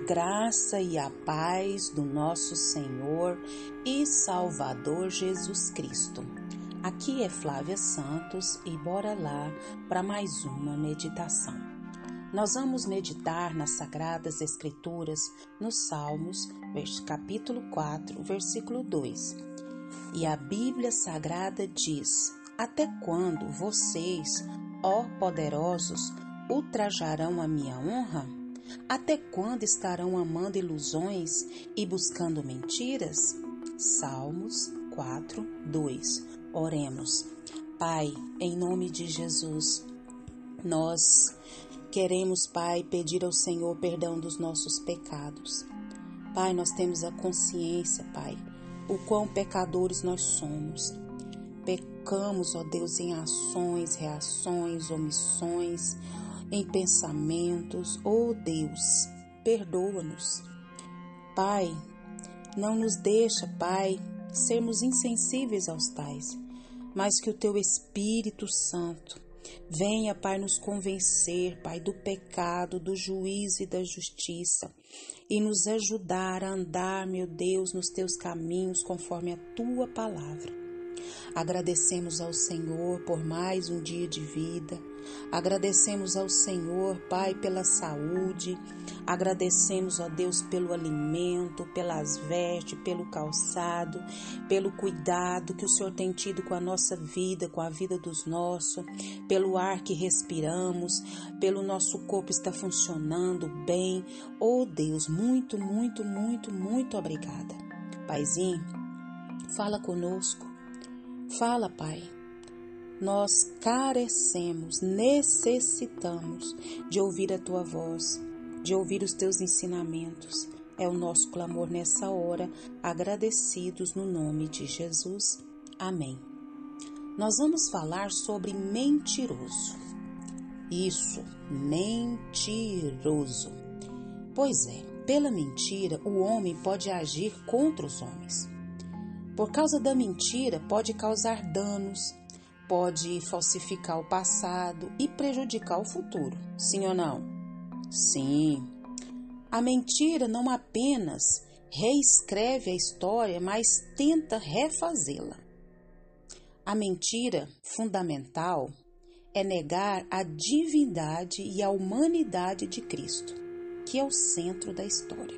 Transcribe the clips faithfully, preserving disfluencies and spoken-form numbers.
graça e a paz do nosso Senhor e Salvador Jesus Cristo. Aqui é Flávia Santos e bora lá para mais uma meditação. Nós vamos meditar nas Sagradas Escrituras, nos Salmos, capítulo quatro, versículo dois. E a Bíblia Sagrada diz: Até quando vocês, ó poderosos, ultrajarão a minha honra? Até quando estarão amando ilusões e buscando mentiras? Salmos quatro, dois. Oremos. Pai, em nome de Jesus, nós queremos, Pai, pedir ao Senhor perdão dos nossos pecados. Pai, nós temos a consciência, Pai, o quão pecadores nós somos. Pecamos, ó Deus, em ações, reações, omissões, em pensamentos. Ó Deus, perdoa-nos. Pai, não nos deixa, Pai, sermos insensíveis aos tais, mas que o Teu Espírito Santo venha, Pai, nos convencer, Pai, do pecado, do juízo e da justiça e nos ajudar a andar, meu Deus, nos Teus caminhos conforme a Tua palavra. Agradecemos ao Senhor por mais um dia de vida. Agradecemos ao Senhor, Pai, pela saúde. Agradecemos, ó Deus, pelo alimento, pelas vestes, pelo calçado, pelo cuidado que o Senhor tem tido com a nossa vida, com a vida dos nossos, pelo ar que respiramos, pelo nosso corpo estar funcionando bem. Oh Deus, muito, muito, muito, muito obrigada. Paizinho, fala conosco. Fala, Pai. Nós carecemos, necessitamos de ouvir a Tua voz, de ouvir os Teus ensinamentos. É o nosso clamor nessa hora, agradecidos no nome de Jesus. Amém. Nós vamos falar sobre mentiroso. Isso, mentiroso. Pois é, pela mentira, o homem pode agir contra os homens. Por causa da mentira, pode causar danos, pode falsificar o passado e prejudicar o futuro. Sim ou não? Sim. A mentira não apenas reescreve a história, mas tenta refazê-la. A mentira fundamental é negar a divindade e a humanidade de Cristo, que é o centro da história.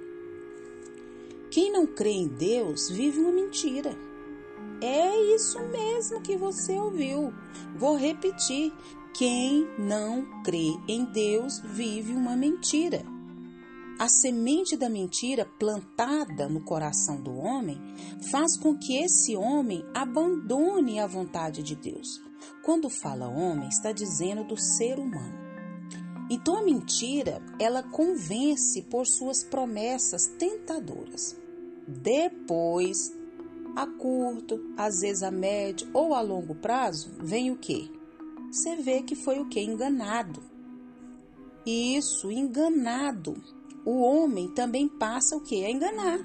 Quem não crê em Deus vive uma mentira. É isso mesmo que você ouviu. Vou repetir. Quem não crê em Deus vive uma mentira. A semente da mentira plantada no coração do homem faz com que esse homem abandone a vontade de Deus. Quando fala homem, está dizendo do ser humano. Então a mentira, ela convence por suas promessas tentadoras. Depois, a curto, às vezes a médio ou a longo prazo, vem o quê? Você vê que foi o quê? Enganado. Isso, enganado. O homem também passa o quê? A enganar.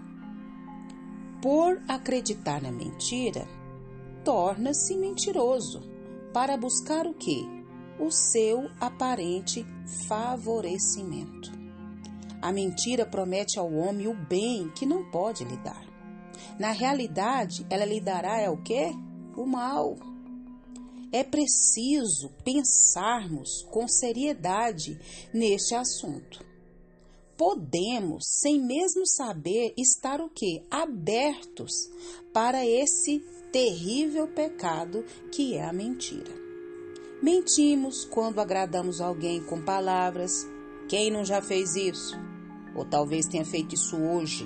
Por acreditar na mentira, torna-se mentiroso para buscar o quê? O seu aparente favorecimento. A mentira promete ao homem o bem que não pode lhe dar. Na realidade, ela lhe dará é o quê? O mal. É preciso pensarmos com seriedade neste assunto. Podemos, sem mesmo saber, estar o quê? Abertos para esse terrível pecado que é a mentira. Mentimos quando agradamos alguém com palavras. Quem não já fez isso? Ou talvez tenha feito isso hoje.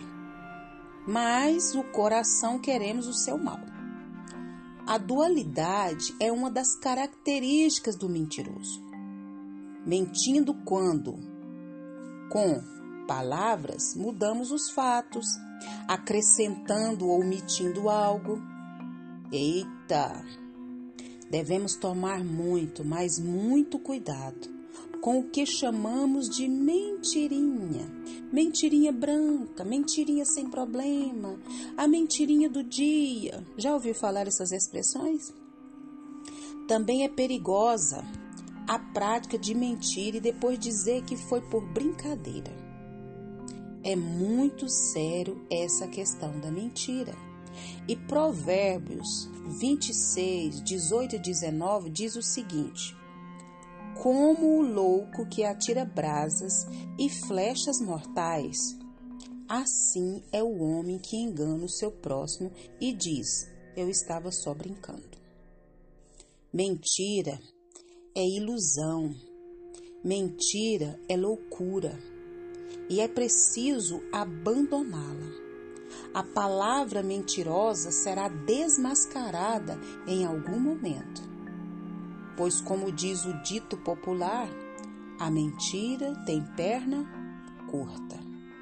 Mas o coração queremos o seu mal. A dualidade é uma das características do mentiroso. Mentindo quando, com palavras, mudamos os fatos, acrescentando ou omitindo algo. Eita! Devemos tomar muito, mas muito cuidado com o que chamamos de mentirinha. Mentirinha branca, mentirinha sem problema, a mentirinha do dia. Já ouviu falar essas expressões? Também é perigosa a prática de mentir e depois dizer que foi por brincadeira. É muito sério essa questão da mentira. E Provérbios vinte e seis, dezoito e dezenove diz o seguinte: como o louco que atira brasas e flechas mortais, assim é o homem que engana o seu próximo e diz: eu estava só brincando. Mentira é ilusão, mentira é loucura e é preciso abandoná-la. A palavra mentirosa será desmascarada em algum momento, pois, como diz o dito popular, a mentira tem perna curta.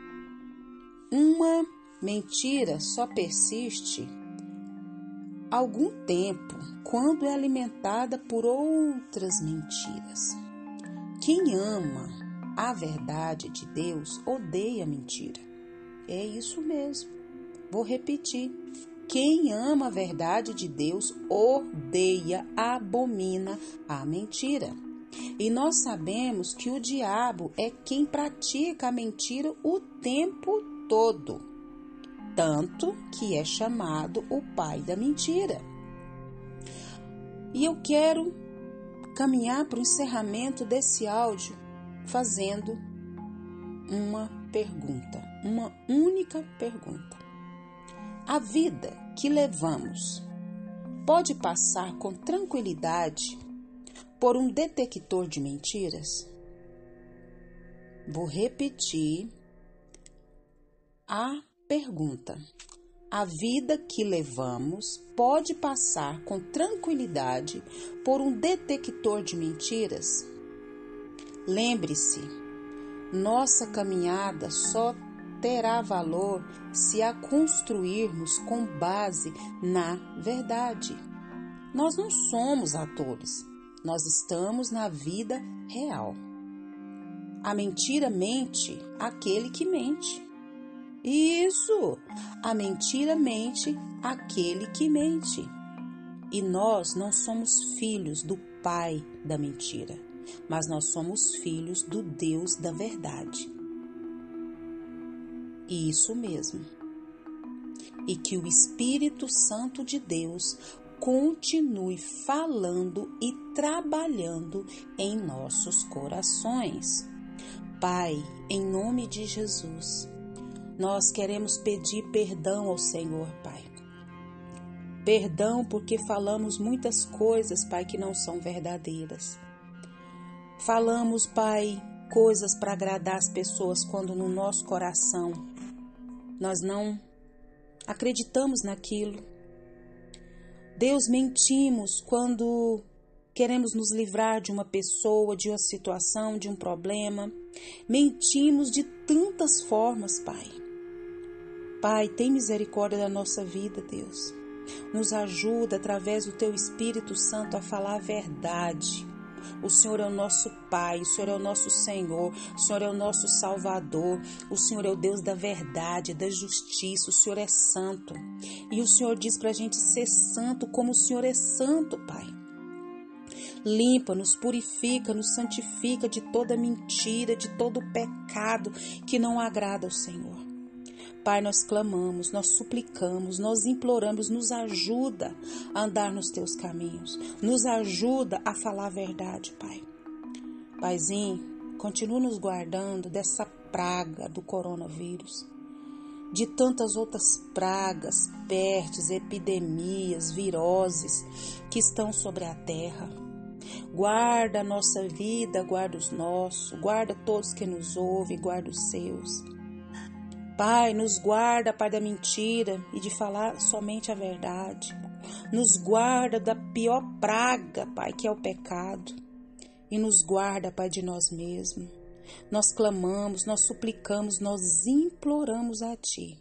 Uma mentira só persiste algum tempo quando é alimentada por outras mentiras. Quem ama a verdade de Deus odeia a mentira. É isso mesmo. Vou repetir. Quem ama a verdade de Deus odeia, abomina a mentira. E nós sabemos que o diabo é quem pratica a mentira o tempo todo, tanto que é chamado o pai da mentira. E eu quero caminhar para o encerramento desse áudio fazendo uma pergunta, uma única pergunta. A vida que levamos pode passar com tranquilidade por um detector de mentiras? Vou repetir a pergunta. A vida que levamos pode passar com tranquilidade por um detector de mentiras? Lembre-se, nossa caminhada só terá valor se a construirmos com base na verdade. Nós não somos atores, nós estamos na vida real. A mentira mente aquele que mente. Isso! A mentira mente aquele que mente. E nós não somos filhos do pai da mentira, mas nós somos filhos do Deus da verdade. Isso mesmo. E que o Espírito Santo de Deus continue falando e trabalhando em nossos corações. Pai, em nome de Jesus, nós queremos pedir perdão ao Senhor, Pai. Perdão porque falamos muitas coisas, Pai, que não são verdadeiras. Falamos, Pai, coisas para agradar as pessoas quando no nosso coração nós não acreditamos naquilo. Deus, mentimos quando queremos nos livrar de uma pessoa, de uma situação, de um problema. Mentimos de tantas formas, Pai. Pai, tem misericórdia da nossa vida, Deus. Nos ajuda através do Teu Espírito Santo a falar a verdade. O Senhor é o nosso Pai, o Senhor é o nosso Senhor, o Senhor é o nosso Salvador, o Senhor é o Deus da verdade, da justiça, o Senhor é santo. E o Senhor diz para a gente ser santo como o Senhor é santo, Pai. Limpa-nos, purifica, nos santifica de toda mentira, de todo pecado que não agrada ao Senhor. Pai, nós clamamos, nós suplicamos, nós imploramos, nos ajuda a andar nos Teus caminhos, nos ajuda a falar a verdade, Pai. Paizinho, continua nos guardando dessa praga do coronavírus, de tantas outras pragas, pestes, epidemias, viroses que estão sobre a terra. Guarda a nossa vida, guarda os nossos, guarda todos que nos ouvem, guarda os seus. Pai, nos guarda, Pai, da mentira e de falar somente a verdade. Nos guarda da pior praga, Pai, que é o pecado. E nos guarda, Pai, de nós mesmos. Nós clamamos, nós suplicamos, nós imploramos a Ti.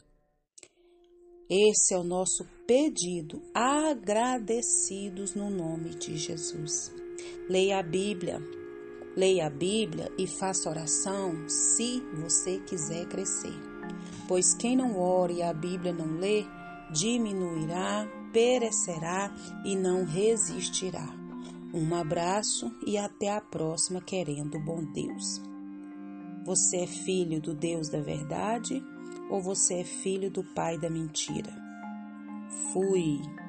Esse é o nosso pedido, agradecidos no nome de Jesus. Leia a Bíblia, leia a Bíblia e faça oração se você quiser crescer. Pois quem não ora e a Bíblia não lê, diminuirá, perecerá e não resistirá. Um abraço e até a próxima, querendo o bom Deus. Você é filho do Deus da verdade ou você é filho do pai da mentira? Fui.